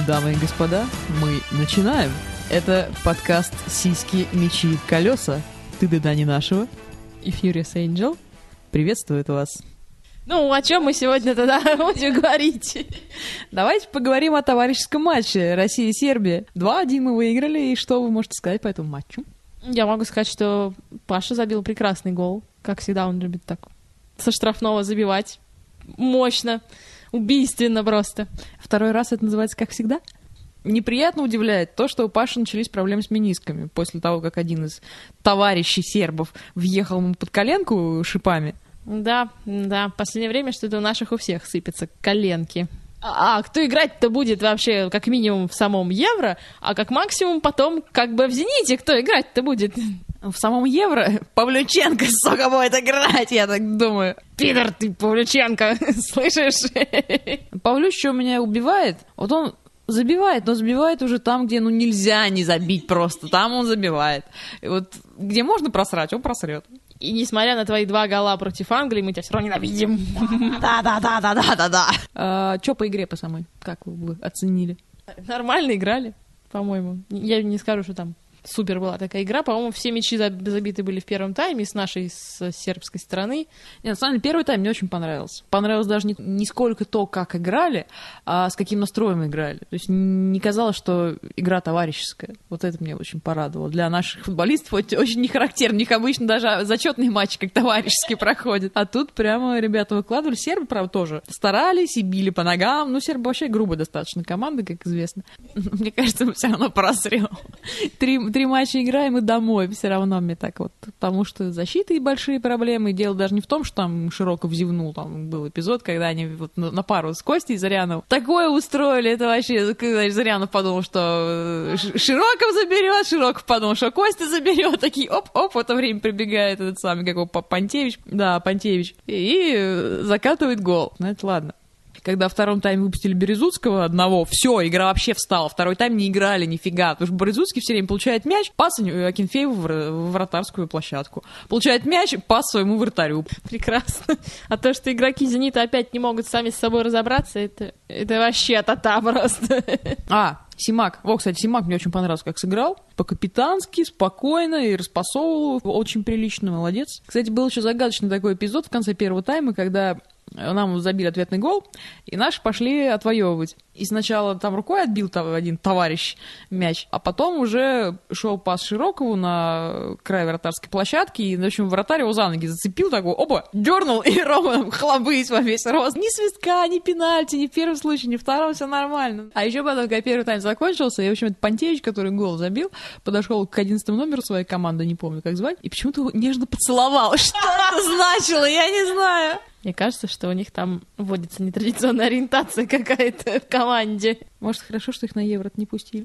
Дамы и господа, мы начинаем. Это подкаст «Сиськи, мечи, колеса». Ты Дани нашего и Furious Angel. Приветствует вас. Ну, о чем мы сегодня тогда будем говорить? Давайте поговорим о товарищеском матче Россия-Сербия. 2-1 мы выиграли, и что вы можете сказать по этому матчу? Я могу сказать, что Паша забил прекрасный гол. Как всегда, он любит так со штрафного забивать. Мощно, убийственно просто. Второй раз это называется «как всегда»? Неприятно удивляет то, что у Паши начались проблемы с менисками после того, как один из товарищей сербов въехал ему под коленку шипами. Да, в последнее время что-то у наших у всех сыпятся коленки. А кто играть-то будет вообще как минимум в самом Евро, а как максимум потом как бы в Зените кто играть-то будет? В самом Евро Павлюченко, сука, будет играть, я так думаю. Пидор ты, Павлюченко, слышишь? Павлюч, что меня убивает? Вот он забивает, но забивает уже там, где нельзя не забить просто. Там он забивает. И вот где можно просрать, он просрет. И несмотря на твои 2 гола против Англии, мы тебя все равно ненавидим. Да. Что по игре по самой? Как вы оценили? Нормально играли, по-моему. Я не скажу, что там супер была такая игра. По-моему, все мячи забиты были в первом тайме с нашей, с сербской стороны. Нет, на самом деле, первый тайм мне очень понравился. Понравилось даже не сколько то, как играли, а с каким настроем играли. То есть не казалось, что игра товарищеская. Вот это мне очень порадовало. Для наших футболистов очень не характерно. У них обычно даже зачетные матчи как товарищеские проходят. А тут прямо ребята выкладывали. Сербы, правда, тоже старались и били по ногам. Ну, сербы вообще грубая достаточно команда, как известно. Мне кажется, мы все равно просрем. 3 матча играем и домой все равно мне так вот. Потому что защиты и большие проблемы. И дело даже не в том, что там Широков зевнул. Там был эпизод, когда они вот на пару с Костей и Заряновым такое устроили. Это вообще, когда Зарянов подумал, что Широков заберет, Широков подумал, что Костя заберет. Такие оп-оп, в это время прибегает этот самый, как его, Пантевич. Да, Пантевич. И закатывает гол. Ну, это ладно. Когда в втором тайме выпустили Березутского одного, все, игра вообще встала. Второй тайм не играли нифига. Потому что Березутский все время получает мяч, пас Акинфееву в вратарскую площадку. Получает мяч, пас своему вратарю. Прекрасно. А то, что игроки «Зенита» опять не могут сами с собой разобраться, это вообще та-та просто. Симак. Кстати, Симак мне очень понравился, как сыграл. По-капитански, спокойно и распасовывал. Очень прилично, молодец. Кстати, был еще загадочный такой эпизод в конце первого тайма, когда нам забили ответный гол, и наши пошли отвоевывать. И сначала там рукой отбил один товарищ мяч, а потом уже шел пас Широкову на край вратарской площадки, и, в общем, вратарь его за ноги зацепил, такой, опа, дернул, и Рома хлобысь во весь рост. Ни свистка, ни пенальти, ни в первом случае, ни в втором, все нормально. А еще потом, когда первый тайм закончился, и, в общем, это Пантевич, который гол забил, подошел к 11 номеру своей команды, не помню, как звать, и почему-то его нежно поцеловал. Что это значило, я не знаю. Мне кажется, что у них там вводится нетрадиционная ориентация какая-то в команде. Может, хорошо, что их на Евро не пустили.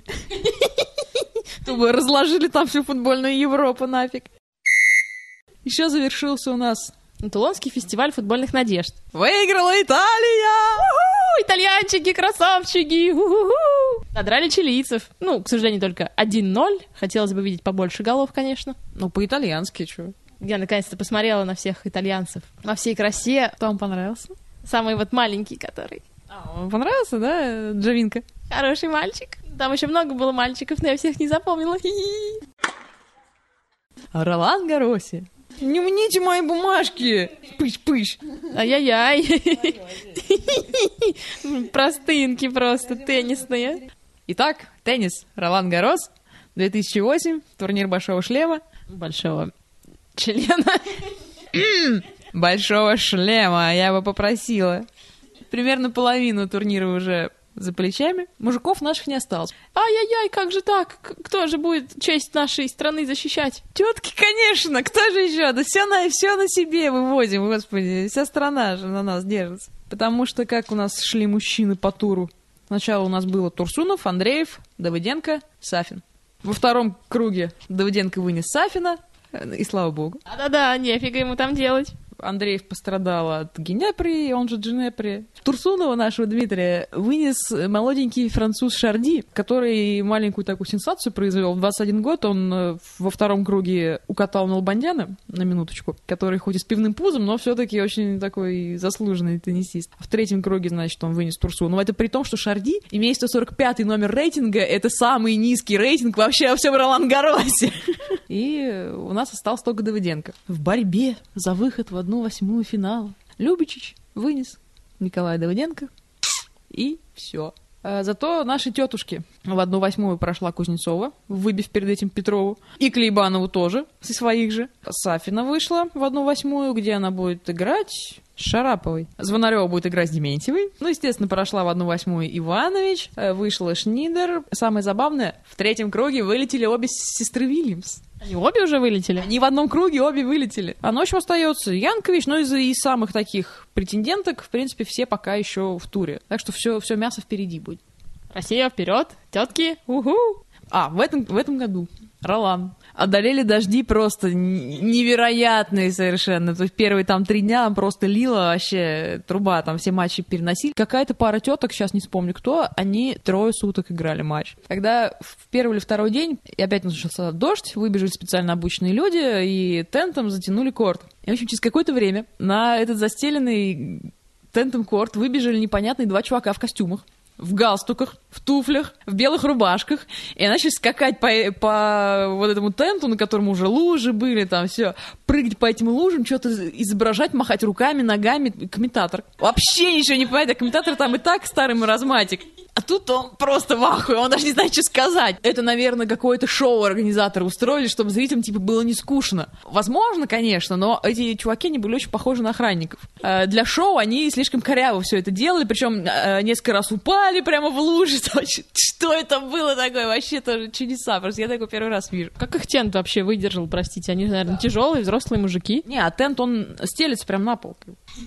Чтобы разложили там всю футбольную Европу нафиг. Еще завершился у нас Тулонский фестиваль футбольных надежд. Выиграла Италия! У-ху! Итальянчики, красавчики! У-ху! Надрали чилийцев. Ну, к сожалению, только 1-0. Хотелось бы видеть побольше голов, конечно. Ну, по-итальянски, чё. Я наконец-то посмотрела на всех итальянцев во всей красе. Кто вам понравился? Самый вот маленький, который. Он понравился, да, Джавинка? Хороший мальчик. Там еще много было мальчиков, но я всех не запомнила. Ролан Гароси. Не мните мои бумажки! Пыщ-пыщ! Ай-яй-яй! Простынки просто, теннисные. Итак, теннис. Ролан Гарос, 2008, турнир Большого шлема. Большого члена. Большого шлема, я бы попросила. Примерно половину турнира уже за плечами. Мужиков наших не осталось. Ай-яй-яй, как же так? Кто же будет честь нашей страны защищать? Тетки, конечно, кто же еще? Да все на себе выводим, господи. Вся страна же на нас держится. Потому что как у нас шли мужчины по туру? Сначала у нас было Турсунов, Андреев, Давыденко, Сафин. Во втором круге Давыденко вынес Сафина, и слава богу. Да-да-да, нефига ему там делать. Андреев пострадал от Генепри, он же Дженепри. Турсунова нашего Дмитрия вынес молоденький француз Шарди, который маленькую такую сенсацию произвел. В 21 год он во втором круге укатал Налбандяна, на минуточку, который хоть и с пивным пузом, но все-таки очень такой заслуженный теннисист. В третьем круге, значит, он вынес Турсунова. Это при том, что Шарди, имея 145-й номер рейтинга, это самый низкий рейтинг вообще во всем Ролан-Гарросе. И у нас остался только Давыденко. В борьбе за выход в 1/8 финала Любичич вынес Николая Давыденко, и все. Зато наши тетушки в 1/8 прошла Кузнецова, выбив перед этим Петрову, и Клейбанову тоже, со своих же. Сафина вышла в 1/8, где она будет играть с Шараповой. Звонарева будет играть с Дементьевой. Ну, естественно, прошла в 1/8 Иванович, вышла Шнидер. Самое забавное, в третьем круге вылетели обе сестры Вильямс. Они обе уже вылетели? Они в одном круге обе вылетели. А ночью остается Янкович, но из самых таких претенденток, в принципе, все пока еще в туре. Так что все мясо впереди будет. Россия вперед, тетки, уху! В этом году Ролан одолели дожди просто невероятные совершенно. То есть первые там 3 дня просто лила вообще труба, там все матчи переносили. Какая-то пара теток, сейчас не вспомню кто, они 3 суток играли матч. Когда в первый или второй день и опять начался дождь, выбежали специально обученные люди и тентом затянули корт. И, в общем, через какое-то время на этот застеленный тентом корт выбежали непонятные 2 чувака в костюмах, в галстуках, в туфлях, в белых рубашках, и начали скакать по вот этому тенту, на котором уже лужи были, там все, прыгать по этим лужам, что-то изображать, махать руками, ногами. Комментатор вообще ничего не понимает, а комментатор там и так старый маразматик. А тут он просто в ахуе, он даже не знает, что сказать. Это, наверное, какое-то шоу организаторы устроили, чтобы зрителям, типа, было не скучно. Возможно, конечно, но эти чуваки, они были очень похожи на охранников. Для шоу они слишком коряво все это делали, причем несколько раз упали прямо в лужи. Что это было такое? Вообще тоже чудеса. Просто я такой первый раз вижу. Как их тент вообще выдержал, простите? Они, наверное, тяжелые, взрослые мужики. Не, а тент, он стелется прям на пол.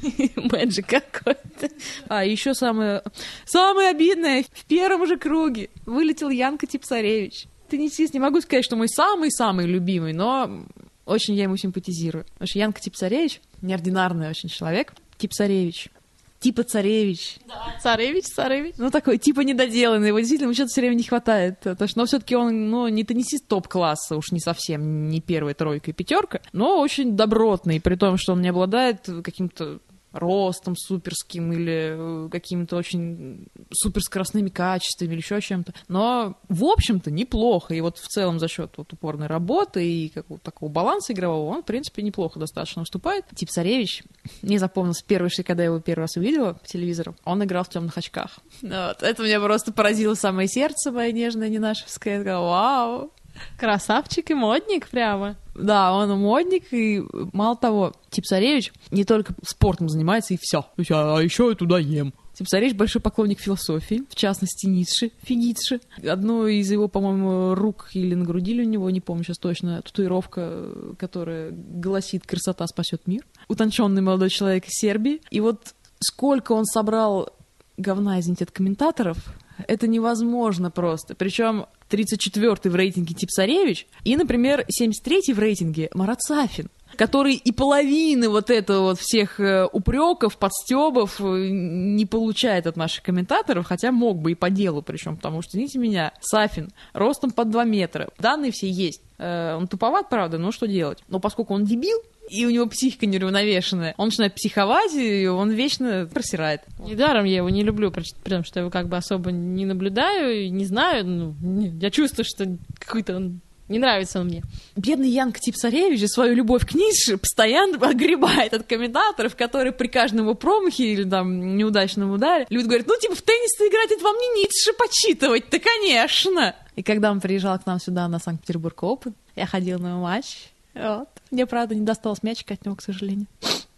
Мэджик какой-то. Еще самое обидное. В первом же круге вылетел Янка Типсаревич. Теннисист, не могу сказать, что мой самый-самый любимый, но очень я ему симпатизирую. Потому что Янка Типсаревич неординарный очень человек. Типсаревич. Типа царевич. Да, царевич. Ну, такой, типа недоделанный. Его действительно что-то все время не хватает. Но все-таки он, не теннисист топ-класса, уж не совсем, не первая 3 и 5, но очень добротный, при том, что он не обладает каким-то ростом суперским или какими-то очень суперскоростными качествами или еще чем-то. Но, в общем-то, неплохо. И вот в целом за счет вот упорной работы и какого-то такого баланса игрового он, в принципе, неплохо достаточно выступает. Типсаревич, мне запомнился когда я его первый раз увидела по телевизору, он играл в темных очках. Вот. Это меня просто поразило самое сердце мое нежное, ненашевское. Я сказала, вау! Красавчик и модник прямо. Да, он модник, и мало того, Типсаревич не только спортом занимается, и все. А еще я туда ем. Типсаревич большой поклонник философии, в частности Ницше. Одну из его, по-моему, рук или на груди у него, не помню сейчас точно, татуировка, которая гласит «Красота спасет мир». Утонченный молодой человек из Сербии. И вот сколько он собрал говна, извините, от комментаторов, это невозможно просто. Причем 34-й в рейтинге Типсаревич и, например, 73-й в рейтинге Марат Сафин, который и половины вот этого вот всех упреков, подстебов не получает от наших комментаторов, хотя мог бы и по делу, причем, потому что, извините меня, Сафин ростом под 2 метра, данные все есть. Он туповат, правда, но что делать? Но поскольку он дебил, и у него психика неуравновешенная, он начинает психовать, и он вечно просирает. Недаром я его не люблю, потому что я его как бы особо не наблюдаю, не знаю, я чувствую, что какой-то он... Не нравится он мне. Бедный Янка Типсаревич же свою любовь к Ницше постоянно огребает от комментаторов, которые при каждом его промахе или там неудачном ударе люди говорят, в теннис-то играть, это вам не Ницше почитывать-то, конечно. И когда он приезжал к нам сюда на Санкт-Петербург Open, я ходила на его матч. Вот. Мне, правда, не досталось мячика от него, к сожалению.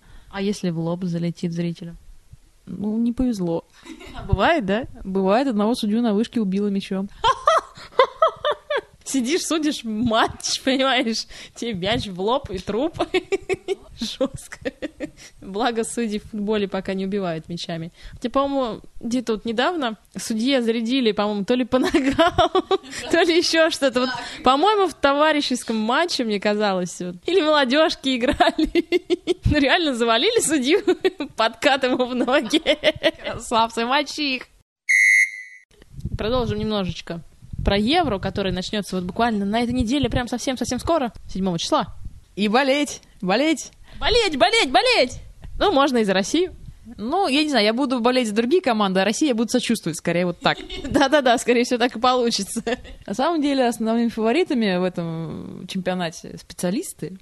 А если в лоб залетит зрителю? Не повезло. Бывает, да? Бывает, одного судью на вышке убило мячом. Сидишь, судишь матч, понимаешь? Тебе мяч в лоб и труп. Жестко. Благо судьи в футболе пока не убивают мячами. Хотя, по-моему, где-то вот недавно судье зарядили, по-моему, то ли по ногам, то ли еще что-то. Вот, по-моему, в товарищеском матче, мне казалось. Вот. Или молодежки играли. Ну, реально завалили судью, подкат ему в ноги. Красавцы, мочи их. Продолжим немножечко про Евро, который начнется вот буквально на этой неделе, прям совсем-совсем скоро, 7 числа. И болеть. Болеть! Ну, можно и за Россию. Ну, я не знаю, я буду болеть за другие команды, а Россия будет сочувствовать, скорее вот так. Да-да-да, скорее всего, так и получится. На самом деле, основными фаворитами в этом чемпионате специалисты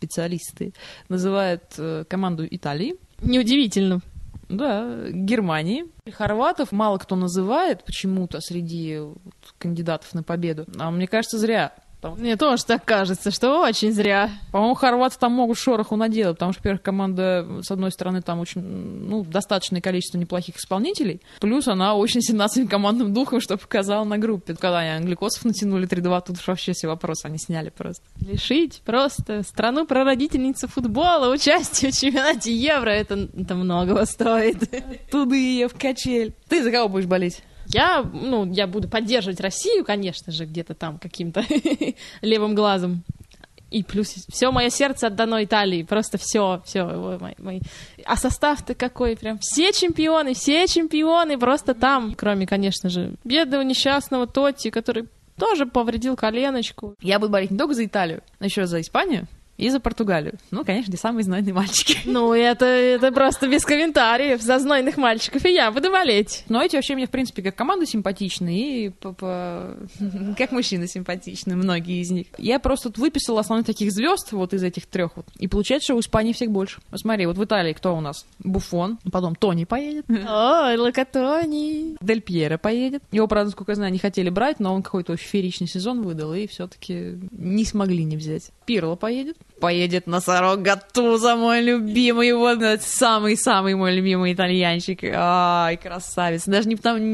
называют команду Италии. Неудивительно. Да, Германии. Хорватов мало кто называет почему-то среди кандидатов на победу. А мне кажется, зря. Мне тоже так кажется, что очень зря. По-моему, хорваты там могут шороху наделать, потому что, во-первых, команда, с одной стороны, там очень, достаточное количество неплохих исполнителей, плюс она очень сильна своим командным духом, что показала на группе. Когда они англикосов натянули 3-2, тут вообще все вопросы они сняли просто. Лишить просто страну-прародительницу футбола участия в чемпионате Евро, это многого стоит. Туда ее в качель. Ты за кого будешь болеть? Я буду поддерживать Россию, конечно же, где-то там каким-то левым глазом. И плюс все мое сердце отдано Италии. Просто все. А состав-то какой прям. Все чемпионы просто там. Кроме, конечно же, бедного несчастного Тотти, который тоже повредил коленочку. Я буду болеть не только за Италию, но еще за Испанию. И за Португалию. Ну, конечно, где самые знойные мальчики. Ну, это просто без комментариев. За знойных мальчиков и я буду болеть. Но эти вообще мне, в принципе, как команда симпатичны, и как мужчины симпатичны, многие из них. Я просто тут выписала основных таких звезд вот из этих трех вот. И получается, что у Испании всех больше. Посмотри, вот в Италии кто у нас? Буфон. Потом Тони поедет. Ой, Локотони. Дель Пьеро поедет. Его, правда, сколько я знаю, не хотели брать, но он какой-то очень фееричный сезон выдал, и все-таки не смогли не взять. Пирло поедет. Поедет носорог Гаттузо, мой любимый, вот самый-самый мой любимый итальянчик. Ай, красавец. Даже не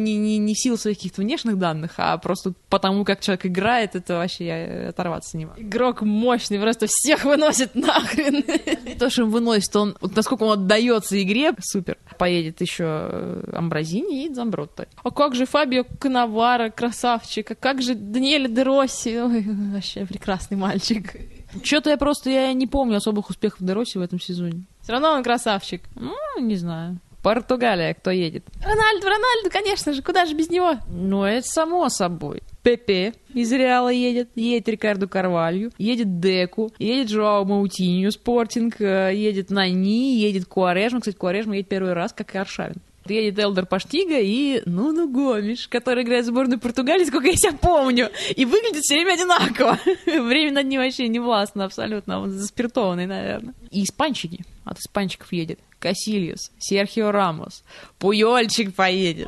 в силу своих каких-то внешних данных, а просто потому, как человек играет, это вообще я оторваться не могу. Игрок мощный, просто всех выносит нахрен. То, что он выносит, вот насколько он отдается игре, супер. Поедет еще Амброзини, едет Замбротто. А как же Фабио Канаваро, красавчик, а как же Даниэле де Росси, ой, вообще прекрасный мальчик. Что-то я не помню особых успехов де Росси в этом сезоне. Все равно он красавчик. Ну, не знаю. Португалия, кто едет? Рональдо, конечно же, куда же без него? Ну, это само собой. Пепе из Реала едет Рикардо Карвалью, едет Деку, едет Жоао Маутиньо, Спортинг, едет Нани, едет Куарежма. Кстати, Куарежма едет первый раз, как и Аршавин. Едет Элдер Паштига и Нуну Гомеш, который играет в сборную Португалии, сколько я себя помню, и выглядит все время одинаково. Время над ним вообще не властно абсолютно, он заспиртованный, наверное. И испанчики, от испанчиков едет Касильос, Серхио Рамос, Пуйольчик поедет,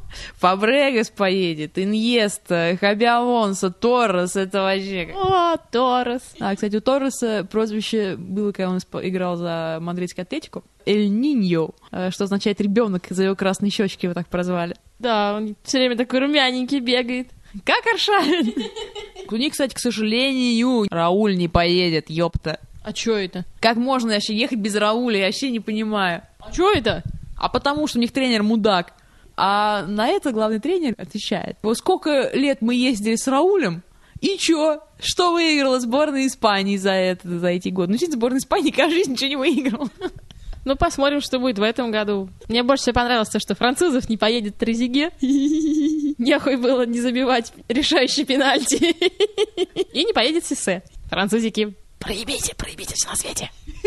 Фабрегас поедет, Иньеста, Хаби Алонсо, Торрес, это вообще... О, Торрес. Кстати, у Торреса прозвище было, когда он играл за мадридский Атлетико, Эль Ниньо, что означает ребенок, за его красные щечки его так прозвали. Да, он все время такой румяненький бегает. Как Аршавин. У них, кстати, к сожалению, Рауль не поедет, ёпта. А чё это? Как можно вообще ехать без Рауля, я вообще не понимаю. А чё это? А потому что у них тренер мудак. А на это главный тренер отвечает. Вот сколько лет мы ездили с Раулем, и чё? Что выиграла сборная Испании за эти годы? Ну, действительно, сборная Испании каждую жизнь ничего не выиграла. Ну, посмотрим, что будет в этом году. Мне больше всего понравилось то, что французов не поедет Трезиге. Нехуй было не забивать решающий пенальти. И не поедет Сиссе. Французики, проебите все на свете.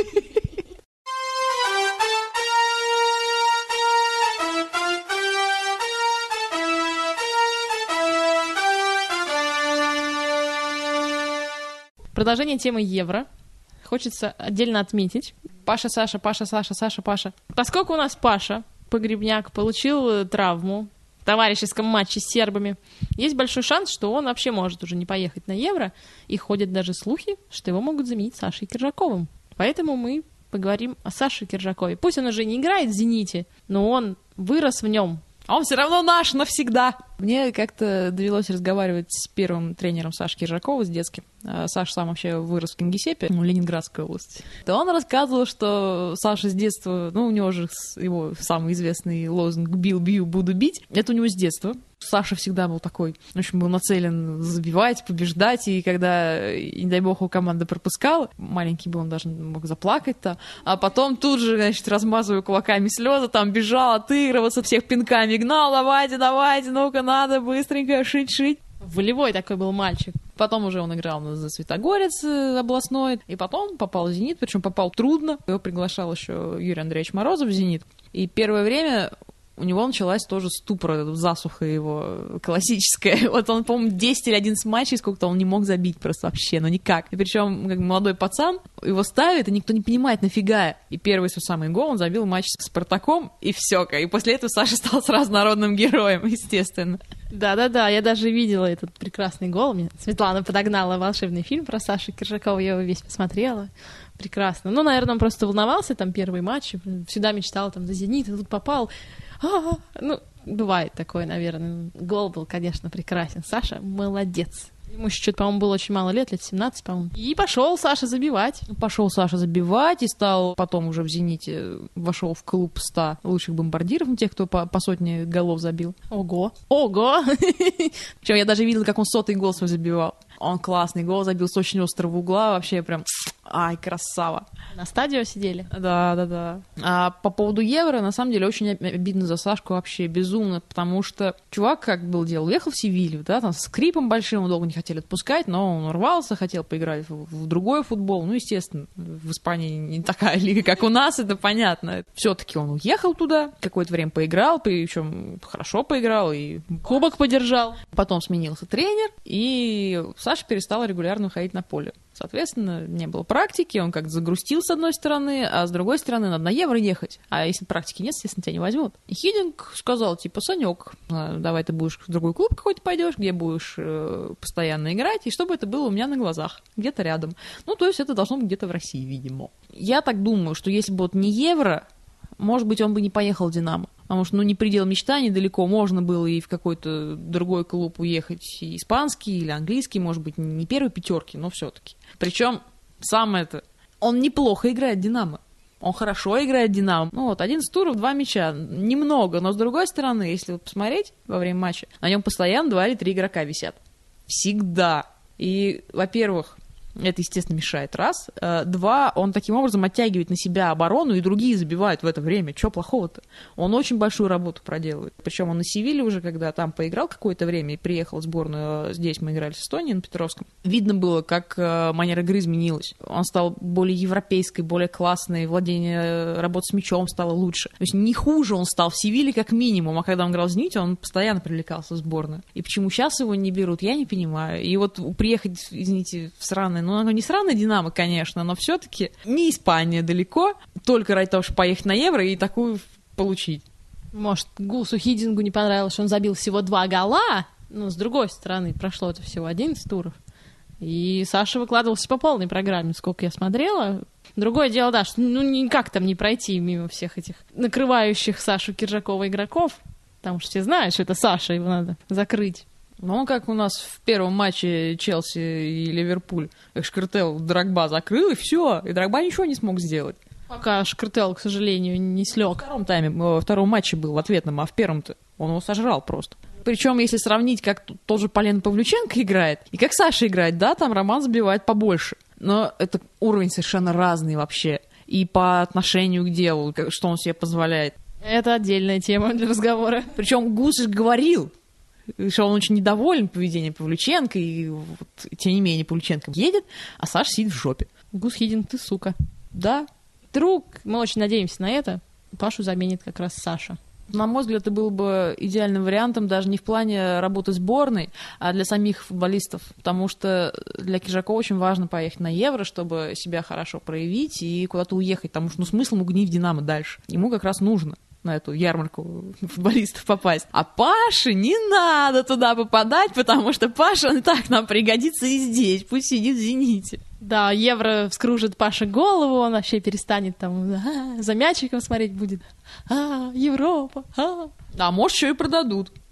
Продолжение темы Евро. Хочется отдельно отметить. Паша, Саша, Паша, Саша, Саша, Паша. Поскольку у нас Паша Погребняк получил травму в товарищеском матче с сербами, есть большой шанс, что он вообще может уже не поехать на Евро, и ходят даже слухи, что его могут заменить Сашей Киржаковым. Поэтому мы поговорим о Саше Киржакове. Пусть он уже не играет в «Зените», но он вырос в нем. А он все равно наш навсегда. Мне как-то довелось разговаривать с первым тренером Саши Киржакова, с детским. Саша сам вообще вырос в Кингисеппе, Ленинградской области. Да он рассказывал, что Саша с детства, у него же его самый известный лозунг «бил, бью, буду бить». Это у него с детства. Саша всегда был такой, в общем, был нацелен забивать, побеждать, и когда, не дай бог, его команда пропускала, маленький был, он даже мог заплакать-то, а потом тут же, значит, размазывая кулаками слезы, там бежал отыгрываться, всех пинками гнал, давайте, ну-ка, надо быстренько шить. Волевой такой был мальчик. Потом уже он играл за Светогорец областной, и потом попал в «Зенит», причем попал трудно. Его приглашал еще Юрий Андреевич Морозов в «Зенит». И первое время у него началась тоже ступор, засуха его классическая. Вот он, по-моему, 10 или 11 матчей сколько-то он не мог забить просто вообще, никак. И причем, как молодой пацан, его ставят, и никто не понимает, нафига. И первый свой самый гол он забил матч с «Спартаком», и все. И после этого Саша стал сразу народным героем, естественно. Да, я даже видела этот прекрасный гол. Мне Светлана подогнала волшебный фильм про Сашу Киржакова, я его весь посмотрела. Прекрасно. Наверное, он просто волновался, там, первый матч, всегда мечтал там за «Зенит», и тут попал. Бывает такое, наверное. Гол был, конечно, прекрасен. Саша молодец. Ему еще что-то, по-моему, было очень мало лет 17, по-моему. И пошел Саша забивать. И стал потом уже в «Зените», вошел в клуб 100 лучших бомбардиров, тех, кто по сотне голов забил. Ого! Причем я даже видела, как он 100-й гол свой забивал. Он классный гол забил с очень острого угла, вообще прям, ай, красава. На стадио сидели? Да. А по поводу Евро, на самом деле, очень обидно за Сашку вообще, безумно, потому что чувак, как был дело, уехал в Севилью, да, там с скрипом большим, его долго не хотели отпускать, но он рвался, хотел поиграть в другой футбол, естественно, в Испании не такая лига, как у нас, это понятно. Все-таки он уехал туда, какое-то время поиграл, причем хорошо поиграл, и кубок подержал. Потом сменился тренер, и Саша перестал регулярно выходить на поле. Соответственно, не было практики, он как-то загрустил с одной стороны, а с другой стороны надо на Евро ехать. А если практики нет, естественно, тебя не возьмут. И Хидинг сказал, Санек, давай ты будешь в другой клуб какой-то пойдешь, где будешь постоянно играть, и чтобы это было у меня на глазах, где-то рядом. То есть это должно быть где-то в России, видимо. Я так думаю, что если бы не Евро, может быть, он бы не поехал в «Динамо». Потому что, не предел мечтаний далеко, можно было и в какой-то другой клуб уехать, и испанский, или английский, может быть, не первой пятерки, но все-таки. Причем, он неплохо играет в «Динамо». Он хорошо играет в «Динамо». 11 туров, 2 мяча. Немного, но с другой стороны, если посмотреть во время матча, на нем постоянно 2 или 3 игрока висят. Всегда. И, во-первых, это, естественно, мешает. 2, он таким образом оттягивает на себя оборону, и другие забивают в это время. Чего плохого-то? Он очень большую работу проделывает. Причем он на Севиле уже, когда там поиграл какое-то время и приехал в сборную, здесь мы играли с Эстонией на Петровском, видно было, как манера игры изменилась. Он стал более европейской, более классной, владение работы с мячом стало лучше. То есть не хуже он стал в Севиле как минимум, а когда он играл в «Зените», он постоянно привлекался в сборную. И почему сейчас его не берут, я не понимаю. И приехать, извините, в сраное, оно не сраное «Динамо», конечно, но все-таки не Испания далеко, только ради того, чтобы поехать на Евро и такую получить. Может, Гусу Хидингу не понравилось, что он забил всего 2 гола, с другой стороны, прошло это всего 11 туров. И Саша выкладывался по полной программе, сколько я смотрела. Другое дело, да, что никак там не пройти мимо всех этих накрывающих Сашу Киржакова игроков, потому что все знают, что это Саша, его надо закрыть. Как у нас в первом матче Челси и Ливерпуль. Шкртел Дрогба закрыл, и все. И Дрогба ничего не смог сделать. Пока Шкртел, к сожалению, не слег. Во втором матче был в ответном, а в первом-то он его сожрал просто. Причем, если сравнить, как тоже Полина Павлюченко играет, и как Саша играет, да, там Роман забивает побольше. Но это уровень совершенно разный вообще. И по отношению к делу, что он себе позволяет. Это отдельная тема для разговора. Причем Гус говорил, что он очень недоволен поведением Павлюченко, и тем не менее Павлюченко едет, а Саша сидит в жопе. Гус Хидинг, ты сука. Да. Вдруг, мы очень надеемся на это, Пашу заменит как раз Саша. На мой взгляд, это был бы идеальным вариантом даже не в плане работы сборной, а для самих футболистов, потому что для Киржакова очень важно поехать на Евро, чтобы себя хорошо проявить и куда-то уехать, потому что смысл ему гнить в «Динамо» дальше. Ему как раз нужно на эту ярмарку футболистов попасть. А Паше не надо туда попадать, потому что Паша, он и так нам пригодится и здесь, пусть сидит в «Зените». Да, Евро вскружит Паше голову, он вообще перестанет там за мячиком смотреть будет. Европа. А может, еще и продадут.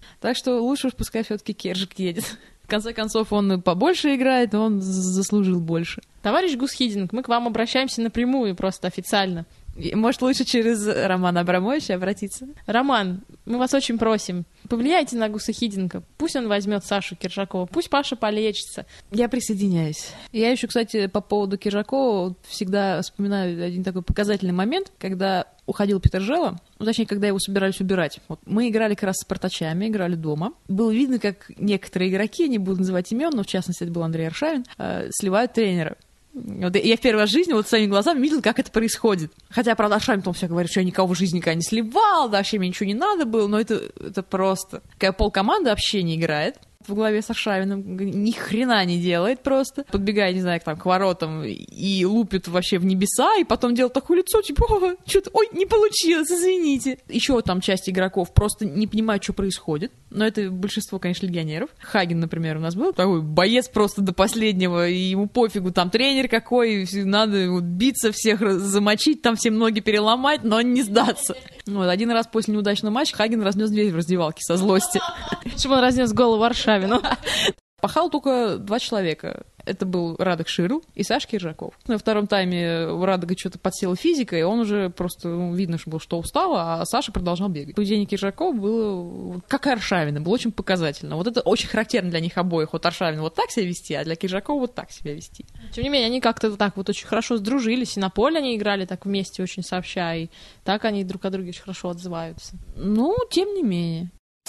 Так что лучше уж пускай все-таки Кержик едет. В конце концов, он побольше играет, но он заслужил больше. Товарищ Гусхидинг, мы к вам обращаемся напрямую, просто официально. Может, лучше через Романа Абрамовича обратиться? Роман, мы вас очень просим, повлияйте на Гуса Хидинга. Пусть он возьмет Сашу Киржакова, пусть Паша полечится. Я присоединяюсь. Я еще, кстати, по поводу Киржакова всегда вспоминаю один такой показательный момент, когда уходил Питер Жела, точнее, когда его собирались убирать. Вот. Мы играли как раз с Портачами, играли дома. Было видно, как некоторые игроки, не буду называть имен, но в частности это был Андрей Аршавин, сливают тренера. Вот я в первый раз в жизни вот своими глазами видела, как это происходит. Хотя, правда, Аршавин потом все говорит, что я никого в жизни никогда не сливал, да, вообще мне ничего не надо было, но это просто. Когда полкоманды вообще не играет в главе с Аршавиным, ни хрена не делает просто. Подбегает, не знаю, там, к воротам и лупит вообще в небеса, и потом делает такое лицо, типа, что-то, ой, не получилось, извините. Еще там часть игроков просто не понимают, что происходит, но это большинство, конечно, легионеров. Хаген, например, у нас был такой боец просто до последнего, и ему пофигу, там тренер какой, надо вот биться, всех замочить, там всем ноги переломать, но не сдаться. Вот, один раз после неудачного матча Хаген разнес дверь в раздевалке со злости. Чтобы он разнес голову Аршавину. Пахал только 2 человека. Это был Радок Ширл и Саша Киржаков. На втором тайме у Радога что-то подсела физика, и он уже просто, видно, что устал, а Саша продолжал бегать. Поведение Киржакова было, как и Аршавина, было очень показательно. Вот это очень характерно для них обоих. Вот Аршавин вот так себя вести, а для Киржакова вот так себя вести. Тем не менее, они как-то так вот очень хорошо сдружились, и на поле они играли так вместе очень сообща, и так они друг о друге очень хорошо отзываются. Ну, тем не менее.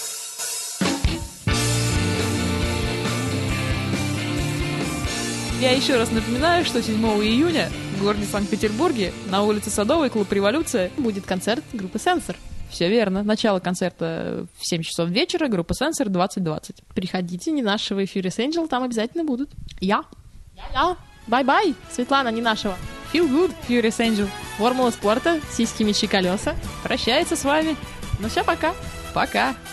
Я еще раз напоминаю, что 7 июня в городе Санкт-Петербурге на улице Садовой, клуб «Революция», будет концерт группы «Сенсор». Все верно. Начало концерта в 7 часов вечера, группа «Сенсор» 20:20. Приходите, не нашего Furious Angel там обязательно будут. Я. Бай-бай, Светлана, не нашего. Feel good, Furious Angel. Формула спорта, сиськи, мячи, колеса. Прощается с вами. Ну все, пока. Пока.